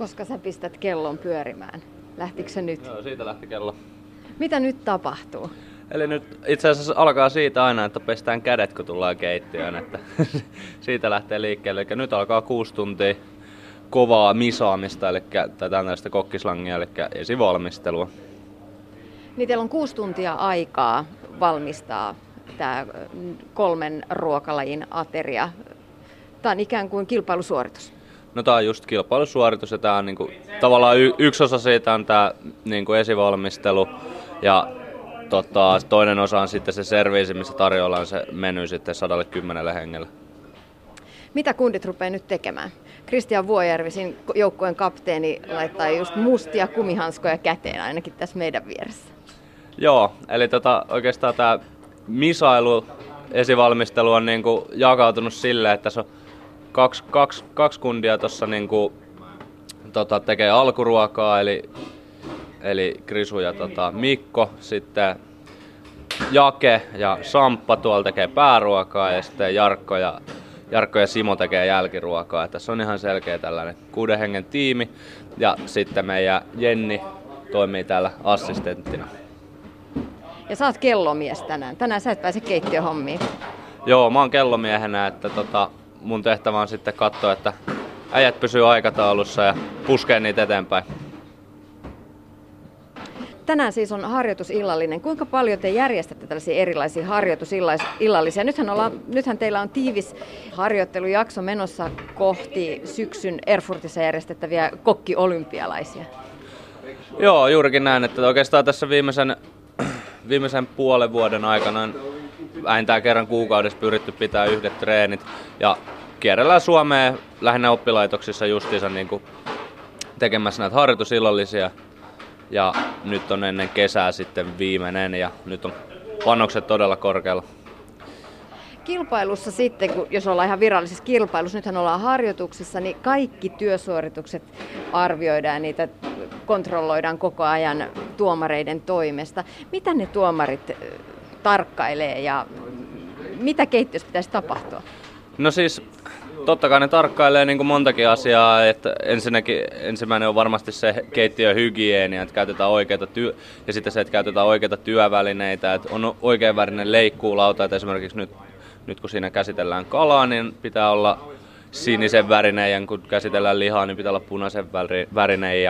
Koska sä pistät kellon pyörimään? Lähtikö se nyt? Joo, siitä lähti kello. Mitä nyt tapahtuu? Eli nyt itse asiassa alkaa siitä aina, että pestään kädet, kun tullaan keittiöön. Että siitä lähtee liikkeelle. Eli nyt alkaa 6 tuntia kovaa misaamista, tai tällaista kokkislangia, eli esivalmistelua. Niin teillä on 6 tuntia aikaa valmistaa tämä 3 ruokalajin ateria. Tämä on ikään kuin kilpailusuoritus. No tämä on just kilpailusuoritus ja tämä on niinku, tavallaan yksi osa siitä on tämä niinku esivalmistelu ja toinen osa on sitten se serviisi, missä tarjoillaan se meny sitten 110 hengelle. Mitä kundit rupeaa nyt tekemään? Kristian Vuojärvi, joukkueen kapteeni, laittaa just mustia kumihanskoja käteen ainakin tässä meidän vieressä. Joo, eli oikeastaan tämä misailu esivalmistelu on niinku jakautunut silleen, että se on kaksi kundia tuossa niinku, tekee alkuruokaa, eli Krisu ja Mikko, sitten Jake ja Samppa tuolla tekee pääruokaa ja sitten Jarkko ja Simo tekee jälkiruokaa. Tässä on ihan selkeä tällainen 6 hengen tiimi ja sitten meidän Jenni toimii täällä assistenttina. Ja sä oot kellomies tänään. Tänään sä et pääse keittiöhommiin. Joo, mä oon kellomiehenä, että mun tehtävä on sitten katsoa, että äijät pysyy aikataulussa ja puskee niitä eteenpäin. Tänään siis on harjoitusillallinen. Kuinka paljon te järjestätte tällaisia erilaisia harjoitusillallisia? Nythän teillä on tiivis harjoittelujakso menossa kohti syksyn Erfurtissa järjestettäviä kokkiolympialaisia. Joo, juurikin näin, että oikeastaan tässä viimeisen puolen vuoden aikana on vähintään kerran kuukaudessa pyritty pitää yhdet treenit ja kierrellään Suomea lähinnä oppilaitoksissa justiinsa niin kuin tekemässä näitä harjoitusillallisia. Ja nyt on ennen kesää sitten viimeinen ja nyt on panokset todella korkealla. Kilpailussa sitten, jos ollaan ihan virallisessa kilpailussa, nythän ollaan harjoituksissa, niin kaikki työsuoritukset arvioidaan ja niitä kontrolloidaan koko ajan tuomareiden toimesta. Mitä ne tuomarit tarkkailee ja mitä keittiössä pitäisi tapahtua? No siis totta kai ne tarkkailee niin kuin montakin asiaa, että ensimmäinen on varmasti se keittiöhygienia, että käytetään ja sitten se, että käytetään oikeita työvälineitä, että on oikeanvärinen leikkuulauta, että esimerkiksi nyt kun siinä käsitellään kalaa, niin pitää olla sinisen värinen ja kun käsitellään lihaa, niin pitää olla punaisen värinen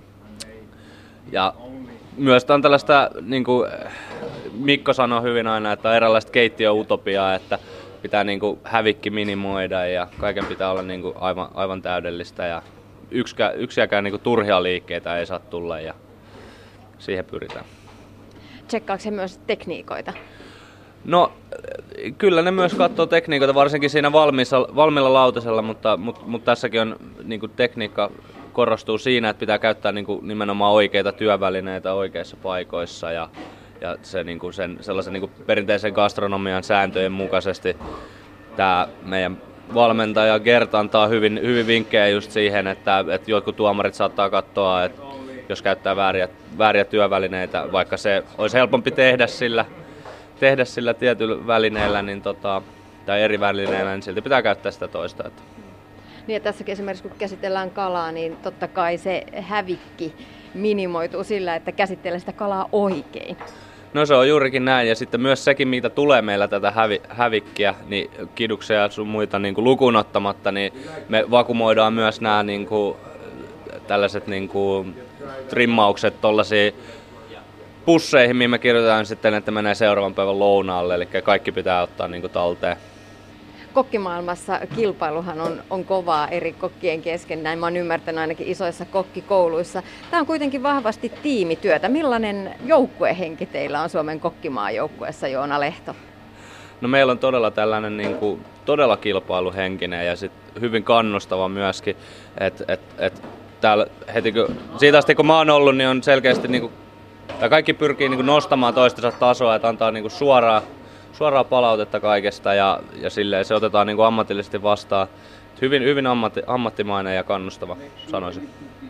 ja myös on tällaista, niin kuin Mikko sanoi hyvin aina, että on eräänlaista keittiöutopiaa, että pitää niinku hävikki minimoida ja kaiken pitää olla niinku aivan täydellistä ja yksiäkään niinku turhia liikkeitä ei saa tulla ja siihen pyritään. Tsekkaako he myös tekniikoita? No kyllä ne myös katsoo tekniikoita, varsinkin siinä valmiilla lautasella, mutta tässäkin on niinku tekniikka korostuu siinä, että pitää käyttää niinku nimenomaan oikeita työvälineitä oikeissa paikoissa ja se, niin kuin sellaisen niin kuin perinteisen gastronomian sääntöjen mukaisesti tämä meidän valmentaja Gert antaa hyvin sivistysvinkkejä just siihen, että jotkut tuomarit saattaa katsoa, että jos käyttää vääriä työvälineitä, vaikka se olisi helpompi tehdä sillä tietyllä välineellä tai eri välineellä, niin silti pitää käyttää sitä toista. Niin ja tässäkin esimerkiksi kun käsitellään kalaa, niin totta kai se hävikki minimoituu sillä, että käsitellään sitä kalaa oikein. No se on juurikin näin, ja sitten myös sekin, mitä tulee meillä tätä hävikkiä, niin kiduksia ja sun muita niin kuin lukuun ottamatta, niin me vakumoidaan myös nämä niin kuin, tällaiset niin kuin, trimmaukset tollaisiin pusseihin, mihin me kirjoitetaan sitten, että menee seuraavan päivän lounaalle, eli kaikki pitää ottaa niin kuin talteen. Kokkimaailmassa kilpailuhan on kovaa eri kokkien kesken, näin mä oon ymmärtänyt ainakin isoissa kokkikouluissa. Tämä on kuitenkin vahvasti tiimityötä. Millainen joukkuehenki teillä on Suomen kokkimaajoukkueessa, Joona Lehto? No meillä on todella tällainen niin kuin, todella kilpailuhenkinen ja sit hyvin kannustava myöskin. Täällä heti siitä asti kun mä oon ollut, niin on selkeästi niin kuin, kaikki pyrkii niin kuin nostamaan toistensa tasoa, että antaa niin kuin suoraa palautetta kaikesta ja silleen se otetaan niin kuin ammatillisesti vastaan. Hyvin ammattimainen ja kannustava, sanoisin.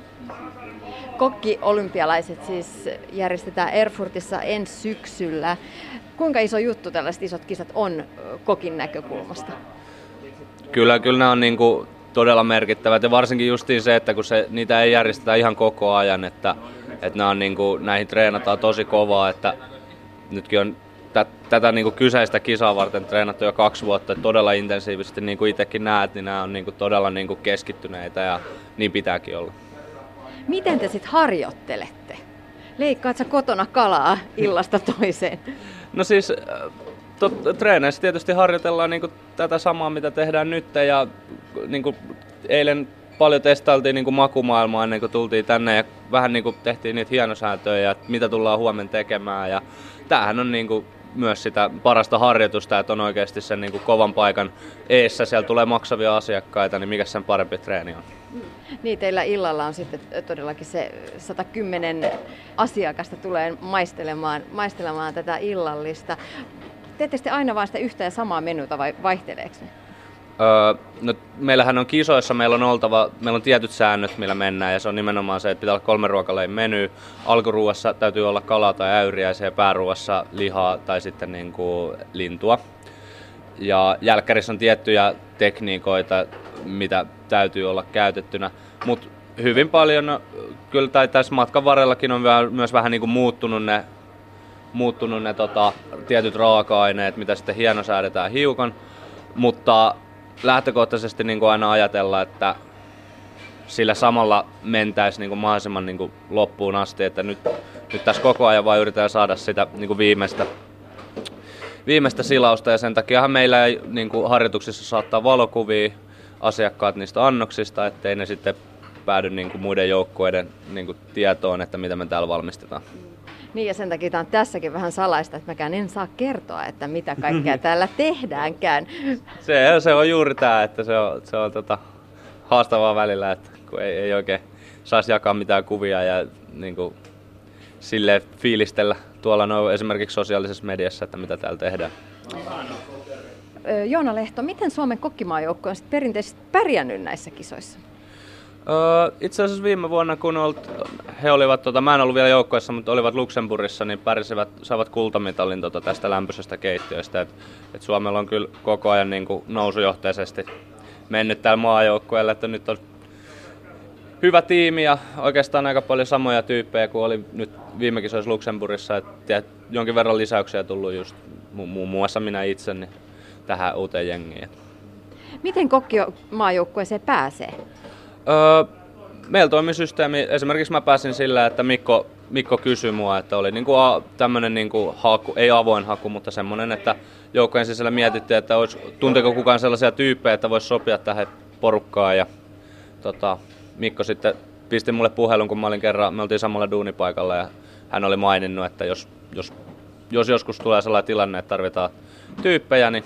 Kokki-olympialaiset siis järjestetään Erfurtissa ensi syksyllä. Kuinka iso juttu tällaiset isot kisat on kokin näkökulmasta? Kyllä nämä on niin kuin todella merkittävät. Ja varsinkin justiin se, että kun niitä ei järjestetä ihan koko ajan, että nämä on, niin kuin, näihin treenataan tosi kovaa. Että nytkin on tätä niin kuin kyseistä kisaa varten treenattu jo 2 vuotta todella intensiivisesti. Niin kuin itsekin näet, niin nämä on niin kuin todella niin kuin keskittyneitä ja niin pitääkin olla. Miten te sitten harjoittelette? Leikkaat sä kotona kalaa illasta toiseen? No siis treeneissä tietysti harjoitellaan niin kuin tätä samaa, mitä tehdään nyt. Ja niin kuin eilen paljon testailtiin niin kuin makumaailmaa ennen kuin tultiin tänne ja vähän niin kuin tehtiin niitä hienosääntöjä ja mitä tullaan huomenna tekemään. Ja tämähän on niin kuin myös sitä parasta harjoitusta, että on oikeasti sen niin kuin kovan paikan eessä. Siellä tulee maksavia asiakkaita, niin mikä sen parempi treeni on? Niin, teillä illalla on sitten todellakin se 110 asiakasta tulee maistelemaan tätä illallista. Teette sitten aina vain sitä yhtä ja samaa menuta vai vaihteleeko ne? No, meillähän on kisoissa, meillä on tietyt säännöt, millä mennään, ja se on nimenomaan se, että pitää olla 3 ruokalajin meny. Alkuruuassa täytyy olla kalaa tai äyriäisiä, ja pääruuassa lihaa tai sitten niin kuin lintua. Ja jälkkärissä on tiettyjä tekniikoita, mitä täytyy olla käytettynä, mutta hyvin paljon, kyllä tai tässä matkan varrellakin on myös vähän niin kuin muuttunut ne tietyt raaka-aineet, mitä sitten hienosäädetään hiukan, mutta lähtökohtaisesti niin kuin aina ajatella, että sillä samalla mentäisiin niin kuin mahdollisimman niin kuin loppuun asti, että nyt tässä koko ajan vaan yritetään saada sitä niin kuin viimeistä silausta, ja sen takiahan meillä ei niin kuin harjoituksissa saattaa valokuvia asiakkaat niistä annoksista, ettei ne sitten päädy niin kuin muiden joukkueiden niin kuin tietoon, että mitä me täällä valmistetaan. Niin, ja sen takia tämä on tässäkin vähän salaista, että mäkään en saa kertoa, että mitä kaikkea täällä tehdäänkään. Se on juuri tämä, että se on haastavaa välillä, että kun ei oikein saisi jakaa mitään kuvia ja niin kuin silleen fiilistellä tuolla esimerkiksi sosiaalisessa mediassa, että mitä täällä tehdään. Joona Lehto, miten Suomen kokkimaajoukkue on perinteisesti pärjännyt näissä kisoissa? Itse asiassa viime vuonna, kun he olivat, mä en ollut vielä joukkueessa, mutta olivat Luxemburgissa, niin saivat kultamitalin tästä lämpöisestä keittiöstä. Et Suomella on kyllä koko ajan niin kuin nousujohteisesti mennyt täällä maajoukkueella, että nyt on hyvä tiimi ja oikeastaan aika paljon samoja tyyppejä kuin oli nyt viime kisoissa Luxemburgissa. Et jonkin verran lisäyksiä tullut just muun muassa minä itse niin tähän uuteen jengiin. Miten kokkimaajoukkueeseen pääsee? Meillä toimi systeemi, esimerkiksi mä pääsin sillä, että Mikko kysyi mua, että oli niinku tämmöinen niinku haku, ei avoin haku, mutta semmoinen, että joukkojen sisällä mietittiin, että tunteeko kukaan sellaisia tyyppejä, että voisi sopia tähän porukkaan, ja Mikko sitten pisti mulle puhelun, kun me oltiin samalla duunipaikalla, ja hän oli maininnut, että jos joskus tulee sellainen tilanne, että tarvitaan tyyppejä, niin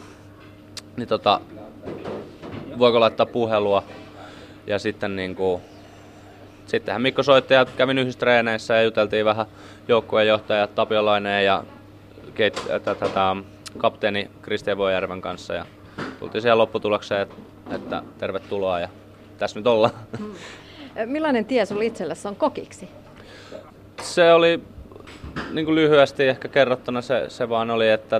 voiko laittaa puhelua. Ja sitten sittenhän Mikko soitti ja kävin yhdessä treeneissä ja juteltiin vähän joukkueenjohtaja Tapiolainen ja kapteeni Kristian Vuojärven kanssa. Ja tultiin siihen lopputulokseen, että tervetuloa ja tässä nyt ollaan. Millainen tie sulla itselläsi on kokiksi? Se oli niin kuin lyhyesti ehkä kerrottuna se vaan oli, että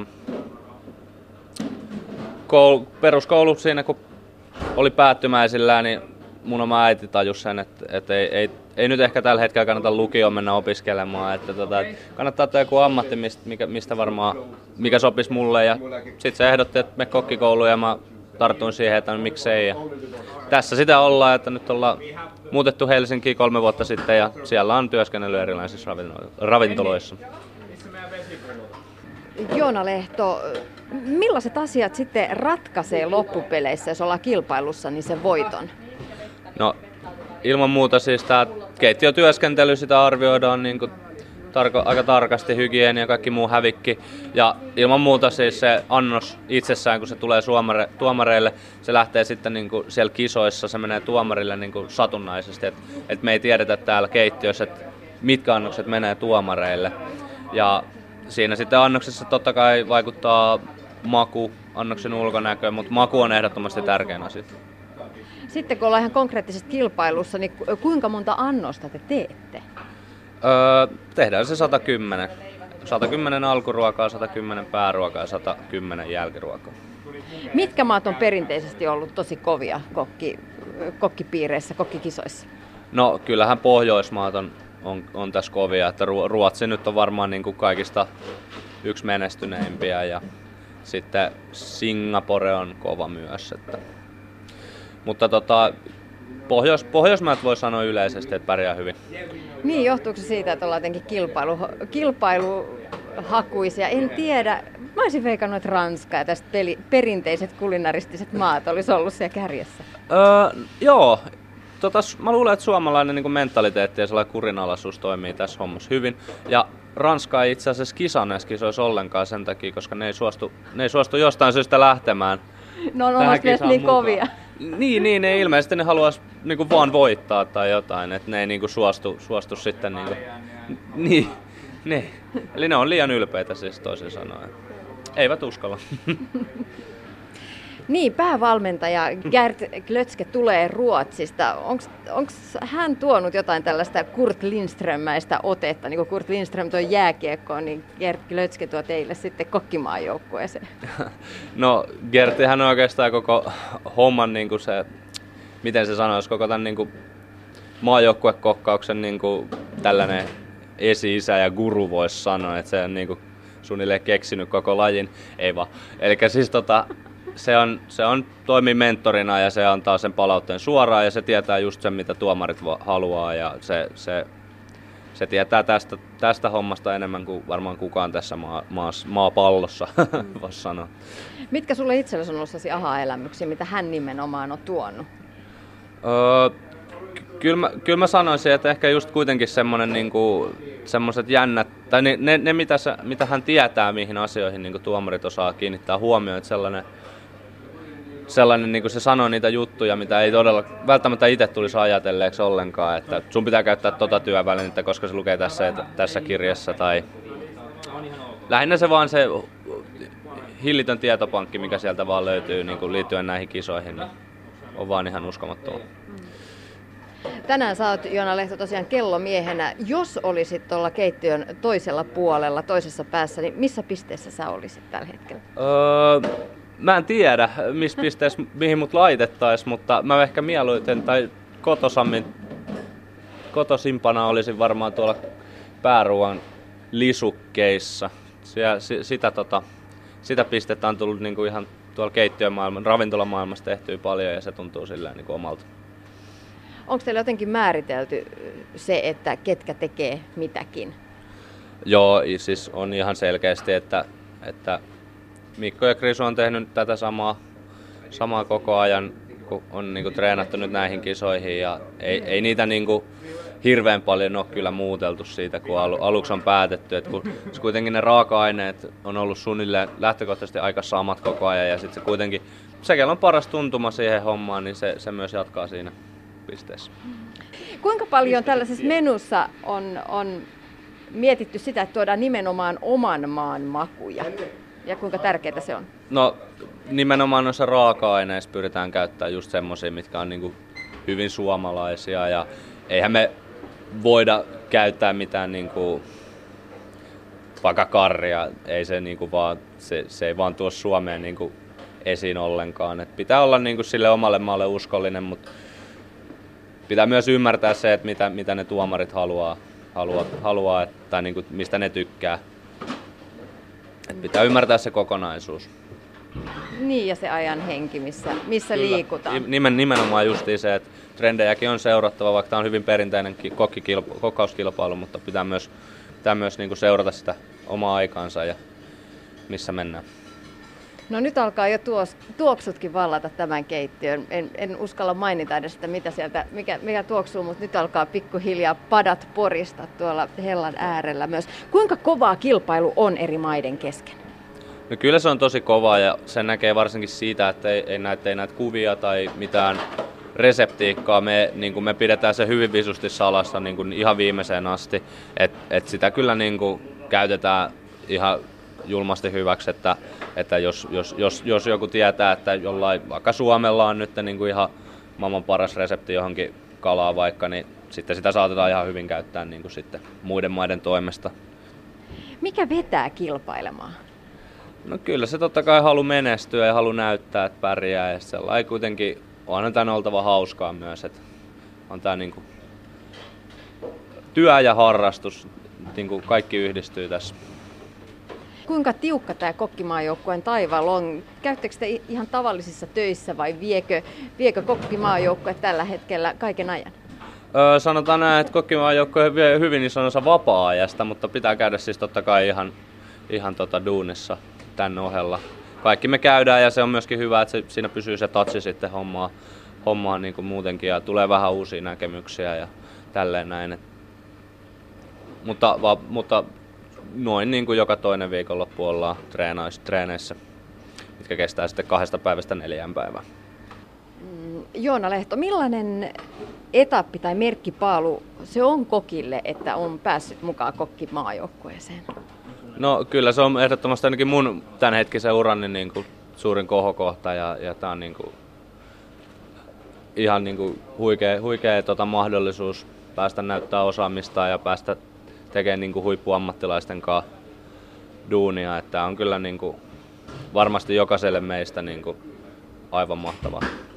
peruskoulu siinä kun oli päättymäisillään, niin mun oma äiti tajusi sen, että ei nyt ehkä tällä hetkellä kannata lukioon mennä opiskelemaan, että kannattaa ottaa joku ammatti, mistä varmaan, mikä sopisi mulle, ja sitten se ehdotti, että me kokkikouluun, ja mä tartuin siihen, että miksei, ja tässä sitä ollaan, että nyt ollaan muutettu Helsinkiin 3 vuotta sitten, ja siellä on työskennellyt erilaisissa ravintoloissa. Joona Lehto, millaiset asiat sitten ratkaisee loppupeleissä, jos ollaan kilpailussa, niin sen voiton? No ilman muuta siis tämä keittiötyöskentely, sitä arvioidaan niin kuin aika tarkasti, hygienia ja kaikki muu hävikki. Ja ilman muuta siis se annos itsessään, kun se tulee tuomareille, se lähtee sitten niin kuin siellä kisoissa, se menee tuomarille niin kuin satunnaisesti. Et me ei tiedetä täällä keittiössä, että mitkä annokset menee tuomareille. Ja siinä sitten annoksessa totta kai vaikuttaa maku, annoksen ulkonäkö, mutta maku on ehdottomasti tärkein asia. Sitten kun ollaan ihan konkreettisesti kilpailussa, niin kuinka monta annosta te teette? Tehdään se 110. 110 alkuruokaa, 110 pääruokaa ja 110 jälkiruokaa. Mitkä maat on perinteisesti ollut tosi kovia kokkipiireissä, kokkikisoissa? No kyllähän Pohjoismaat on tässä kovia, että Ruotsi nyt on varmaan niin kuin kaikista yksi menestyneimpiä ja sitten Singapore on kova myös. Mutta Pohjoismaat voi sanoa yleisesti, että pärjää hyvin. Niin, johtuuko se siitä, että ollaan jotenkin kilpailuhakuisia? En tiedä. Mä olisin veikannut, että Ranska ja tästä perinteiset kulinaristiset maat olisi ollut siellä kärjessä. Joo. Mä luulen, että suomalainen niin kuin mentaliteetti ja sellainen kurinalaisuus toimii tässä hommassa hyvin. Ja Ranska ei itse asiassa kisa näissä kisoissa ollenkaan sen takia, koska ne ei suostu jostain syystä lähtemään. No on omasta mielestä niin kovia. Niin, ne ilmeisesti ne haluaisi niinku vaan voittaa tai jotain, että ne ei niinku suostu sitten niinku. Niin. Eli ne on liian ylpeitä siis toisin sanoen. Eivät uskalla. Niin, päävalmentaja Gert Glötzke tulee Ruotsista. Onko hän tuonut jotain tällaista Kurt Lindströmmäistä otetta? Niin kuin Kurt Lindström tuo jääkiekkoon, niin Gert Glötzke tuo teille sitten kokkimaajoukkueeseen. No, Gertihän on oikeastaan koko homman, niin kuin se, miten se sanoisi, koko tämän niin kuin maajoukkuekokkauksen niin kuin tällainen esi-isä ja guru voisi sanoa, että se on niin kuin suunnilleen keksinyt koko lajin. Ei vaan. Elikkä siis se on toimii mentorina ja se antaa sen palautteen suoraan ja se tietää just sen, mitä tuomarit haluaa ja se tietää tästä hommasta enemmän kuin varmaan kukaan tässä maapallossa, voisi sanoa. Mitkä sulle itsellesi on ollut sellaisia aha-elämyksiä, mitä hän nimenomaan on tuonut? Kyllä mä sanoisin, että ehkä just kuitenkin semmoiset jännät, tai ne mitä hän tietää, mihin asioihin niin kuin tuomarit osaa kiinnittää huomioon, että sellainen niin kuin se sanoo niitä juttuja, mitä ei todella välttämättä itse tulisi ajatelleeksi ollenkaan, että sun pitää käyttää työvälinettä, koska se lukee tässä kirjassa, tai lähinnä se vaan se hillitön tietopankki, mikä sieltä vaan löytyy niin kuin liittyen näihin kisoihin, niin on vaan ihan uskomattoman. Tänään sä oot, Joona Lehto, tosiaan kellomiehenä. Jos olisit tuolla keittiön toisella puolella, toisessa päässä, niin missä pisteessä sä olisit tällä hetkellä? Mä en tiedä, missä pisteessä, mihin mut laitettaisiin, mutta mä ehkä mieluiten tai kotosimpana olisin varmaan tuolla pääruoan lisukkeissa. Sitä pistettä on tullut niinku ihan tuolla ravintolamaailmassa tehtyä paljon ja se tuntuu silleen niinku omalta. Onko teillä jotenkin määritelty se, että ketkä tekee mitäkin? Joo, siis on ihan selkeästi, että Mikko ja Krisu on tehnyt tätä samaa koko ajan, kun on niinku treenattu nyt näihin kisoihin ja ei niitä niinku hirveän paljon ole kyllä muuteltu siitä, kun aluksi on päätetty, että kun kuitenkin ne raaka-aineet on ollut suunnilleen lähtökohtaisesti aika samat koko ajan ja sitten se kuitenkin, se on paras tuntuma siihen hommaan, niin se myös jatkaa siinä pisteessä. Kuinka paljon tällaisessa menussa on mietitty sitä, että tuodaan nimenomaan oman maan makuja? Ja kuinka tärkeää se on? No nimenomaan noissa raaka-aineissa pyritään käyttämään just semmosia, mitkä on niinku hyvin suomalaisia ja eihän me voida käyttää mitään niinku vaikka karria, ei se niinku vaan se ei vaan tuo Suomeen niinku esiin ollenkaan. Et pitää olla niinku sille omalle maalle uskollinen, mutta pitää myös ymmärtää se, että mitä ne tuomarit haluaa tai niinku mistä ne tykkää. Et pitää ymmärtää se kokonaisuus. Niin, ja se ajan henki, missä liikutaan. Nimenomaan justiin se, että trendejäkin on seurattava, vaikka tämä on hyvin perinteinen kokkauskilpailu, mutta pitää myös niinku seurata sitä omaa aikaansa ja missä mennään. No nyt alkaa jo tuoksutkin vallata tämän keittiön. En uskalla mainita edes sitä, mikä tuoksuu, mutta nyt alkaa pikkuhiljaa padat porista tuolla hellan äärellä myös. Kuinka kovaa kilpailu on eri maiden kesken? No kyllä se on tosi kovaa ja se näkee varsinkin siitä, että ei näitä kuvia tai mitään reseptiikkaa. Me pidetään se hyvin visusti salassa niin ihan viimeiseen asti. Et sitä kyllä käytetään ihan julmasti hyväksi, että jos joku tietää, että jollain vaikka Suomella on nyt ihan maailman paras resepti johonkin kalaan vaikka, niin sitten sitä saatetaan ihan hyvin käyttää sitten muiden maiden toimesta. Mikä vetää kilpailemaan? No kyllä se totta kai halu menestyä ja halu näyttää, että pärjää. Ja sellainen kuitenkin on tämän oltava hauskaa myös. Että on tää niinku työ ja harrastus, niinku kaikki yhdistyy tässä. Kuinka tiukka tämä kokkimaajoukkueen taival on? Käyttekö te ihan tavallisissa töissä vai viekö kokkimaajoukkue tällä hetkellä kaiken ajan? Sanotaan näin, että kokkimaajoukkue vie hyvin iso osa vapaa-ajasta, mutta pitää käydä siis totta kai ihan duunissa tän ohella. Kaikki me käydään ja se on myöskin hyvä, että siinä pysyy se tatsi sitten hommaa niin kuin muutenkin ja tulee vähän uusia näkemyksiä ja tälleen näin. Mutta noin niin kuin joka toinen viikonloppu ollaan treeneissä, mitkä kestää sitten 2 päivästä 4 päivää. Joona Lehto, millainen etappi tai merkkipaalu se on kokille, että on päässyt mukaan kokkimaajoukkueeseen? No kyllä se on ehdottomasti ainakin mun tämänhetkisen urani niin kuin suurin kohokohta ja tää on niin kuin ihan niin kuin huikea mahdollisuus päästä näyttää osaamista ja päästä tekemään niin kuin huippuammattilaisten kanssa duunia. Että on kyllä niin kuin varmasti jokaiselle meistä niin kuin aivan mahtavaa.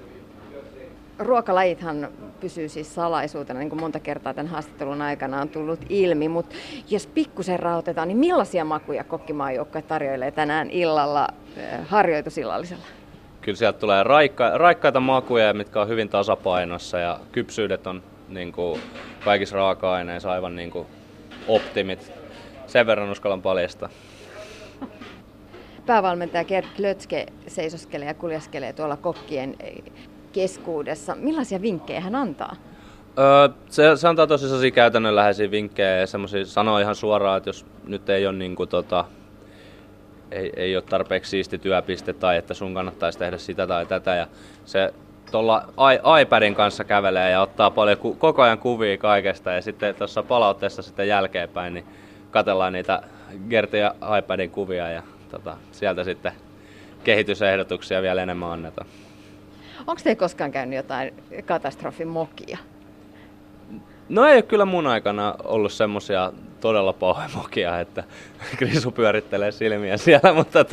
Ruokalajithan pysyy siis salaisuutena, niin kuin monta kertaa tämän haastattelun aikana on tullut ilmi, mutta jos pikkusen rahoitetaan, niin millaisia makuja kokkimaajoukkue tarjoilee tänään illalla harjoitusillallisella? Kyllä sieltä tulee raikkaita makuja, mitkä on hyvin tasapainossa ja kypsyydet on niin kuin kaikissa raaka-aineissa aivan niin kuin optimit. Sen verran uskallan paljastaa. Päävalmentaja Gerd Klötske seisoskelee ja kuljeskelee tuolla kokkien keskuudessa. Millaisia vinkkejä hän antaa? Se antaa tosi käytännönläheisiä vinkkejä ja semmoisia sanoo ihan suoraan, että jos nyt ei ole, niin kuin, ei ole tarpeeksi siisti työpiste tai että sun kannattaisi tehdä sitä tai tätä. Ja se tuolla iPadin kanssa kävelee ja ottaa paljon koko ajan kuvia kaikesta ja sitten tuossa palautteessa sitten jälkeenpäin niin katsellaan niitä Gertin ja iPadin kuvia ja sieltä sitten kehitysehdotuksia vielä enemmän annetaan. Onko teillä koskaan käynyt jotain katastrofimokia? No ei ole kyllä mun aikana ollut semmosia todella pahoja mokia, että Krisu pyörittelee silmiä siellä, mutta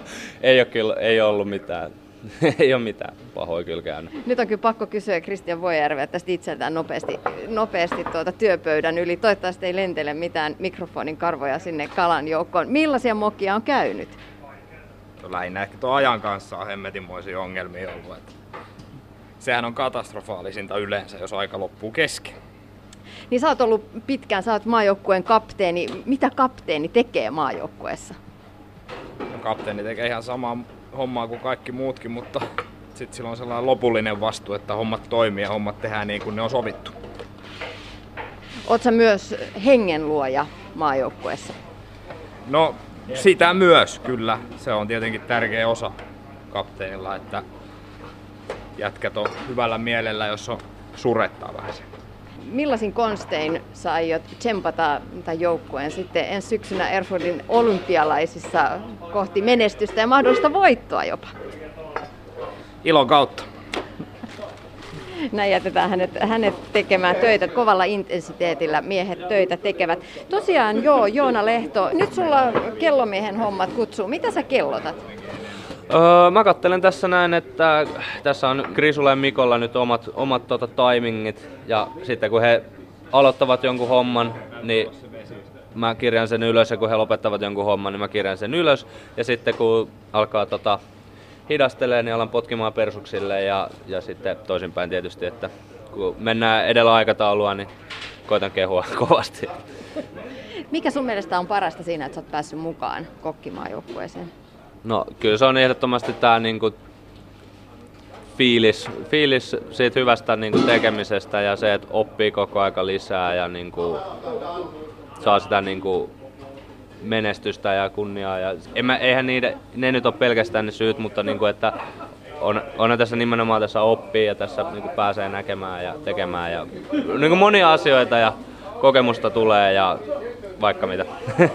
ei ole ollut mitään. Ei ole mitään pahoja kyllä käynyt. Nyt on kyllä pakko kysyä Kristian Vuojärveä tästä itseltään nopeasti työpöydän yli. Toivottavasti ei lentele mitään mikrofonin karvoja sinne kalan joukkoon. Millaisia mokia on käynyt? Lähinnä ehkä tuon ajan kanssa on hemmetinmoisia ongelmia ollut. Sehän on katastrofaalisinta yleensä, jos aika loppuu kesken. Niin sä oot ollut pitkään, sä oot maajoukkueen kapteeni. Mitä kapteeni tekee maajoukkueessa? No, kapteeni tekee ihan samaa hommaa kuin kaikki muutkin, mutta sitten sillä on sellainen lopullinen vastuu, että hommat toimii ja hommat tehdään niin kuin ne on sovittu. Oot sä myös hengenluoja maajoukkueessa? No sitä myös kyllä. Se on tietenkin tärkeä osa kapteenilla, että jätkät on hyvällä mielellä, jos on surettaa vähän se. Millaisin konstein sä aiot tsempata tämän joukkueen sitten ensi syksynä Erfurtin olympialaisissa kohti menestystä ja mahdollista voittoa jopa? Ilon kautta. Näin jätetään hänet tekemään töitä. Kovalla intensiteetillä miehet töitä tekevät. Tosiaan Joona Lehto, nyt sulla kellomiehen hommat kutsuu. Mitä sä kellotat? Mä katselen tässä näin, että tässä on Krisulla ja Mikolla nyt omat timingit ja sitten kun he aloittavat jonkun homman, niin mä kirjan sen ylös ja kun he lopettavat jonkun homman, niin mä kirjan sen ylös ja sitten kun alkaa hidastelee, niin alan potkimaan persuksille ja sitten toisinpäin tietysti, että kun mennään edellä aikataulua, niin koitan kehua kovasti. Mikä sun mielestä on parasta siinä, että sä oot päässyt mukaan kokkimaajoukkueeseen? No kyllä se on ehdottomasti tää niinku fiilis siitä hyvästä niinku tekemisestä ja se, että oppii koko aika lisää ja niinku saa sitä niinku menestystä ja kunniaa. Ja eihän ne nyt ole pelkästään ne syyt, mutta niinku, että on tässä nimenomaan tässä oppii ja tässä niinku pääsee näkemään ja tekemään ja niinku monia asioita ja kokemusta tulee ja vaikka mitä.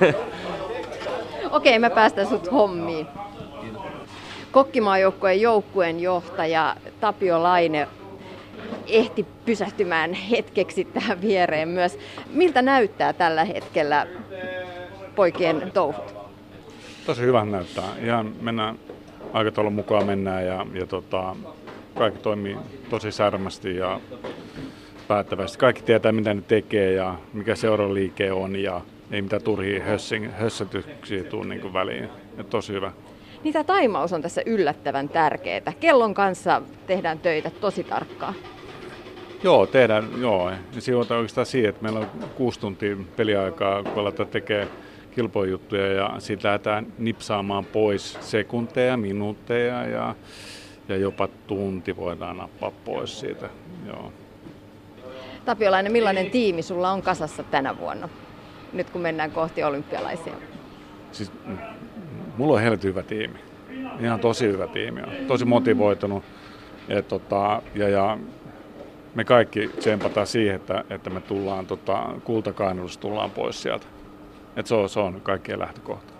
Okei, mä päästän sut hommiin. Kokkimaajoukkueen joukkueen johtaja Tapio Laine ehti pysähtymään hetkeksi tähän viereen myös. Miltä näyttää tällä hetkellä poikien touhut? tosi hyvä näyttää. Ihan mennään aikataulun mukaan mennään ja kaikki toimii tosi särmästi ja päättävästi. Kaikki tietää, mitä ne tekee ja mikä seuraava liike on ja ei mitään turhia hössötyksiä tule niin väliin. Ja tosi hyvä. Niin tämä taimaus on tässä yllättävän tärkeää. Kellon kanssa tehdään töitä tosi tarkkaan. Joo, tehdään. Joo. Ja siinä on oikeastaan siihen, että meillä on 6 tuntia peliaikaa, kun aletaan tekemään kilpailijuttuja ja siitä lähdetään nipsaamaan pois sekunteja, minuutteja ja jopa tunti voidaan nappaa pois siitä. Joo. Tapiolainen, millainen tiimi sulla on kasassa tänä vuonna, nyt kun mennään kohti olympialaisia? Siis, mulla on helvetin hyvä tiimi. Ihan tosi hyvä tiimi. On tosi motivoitunut. Ja me kaikki tsempataan siihen, että me tullaan kultakainuudesta tullaan pois sieltä. Et se on kaikkien lähtökohta.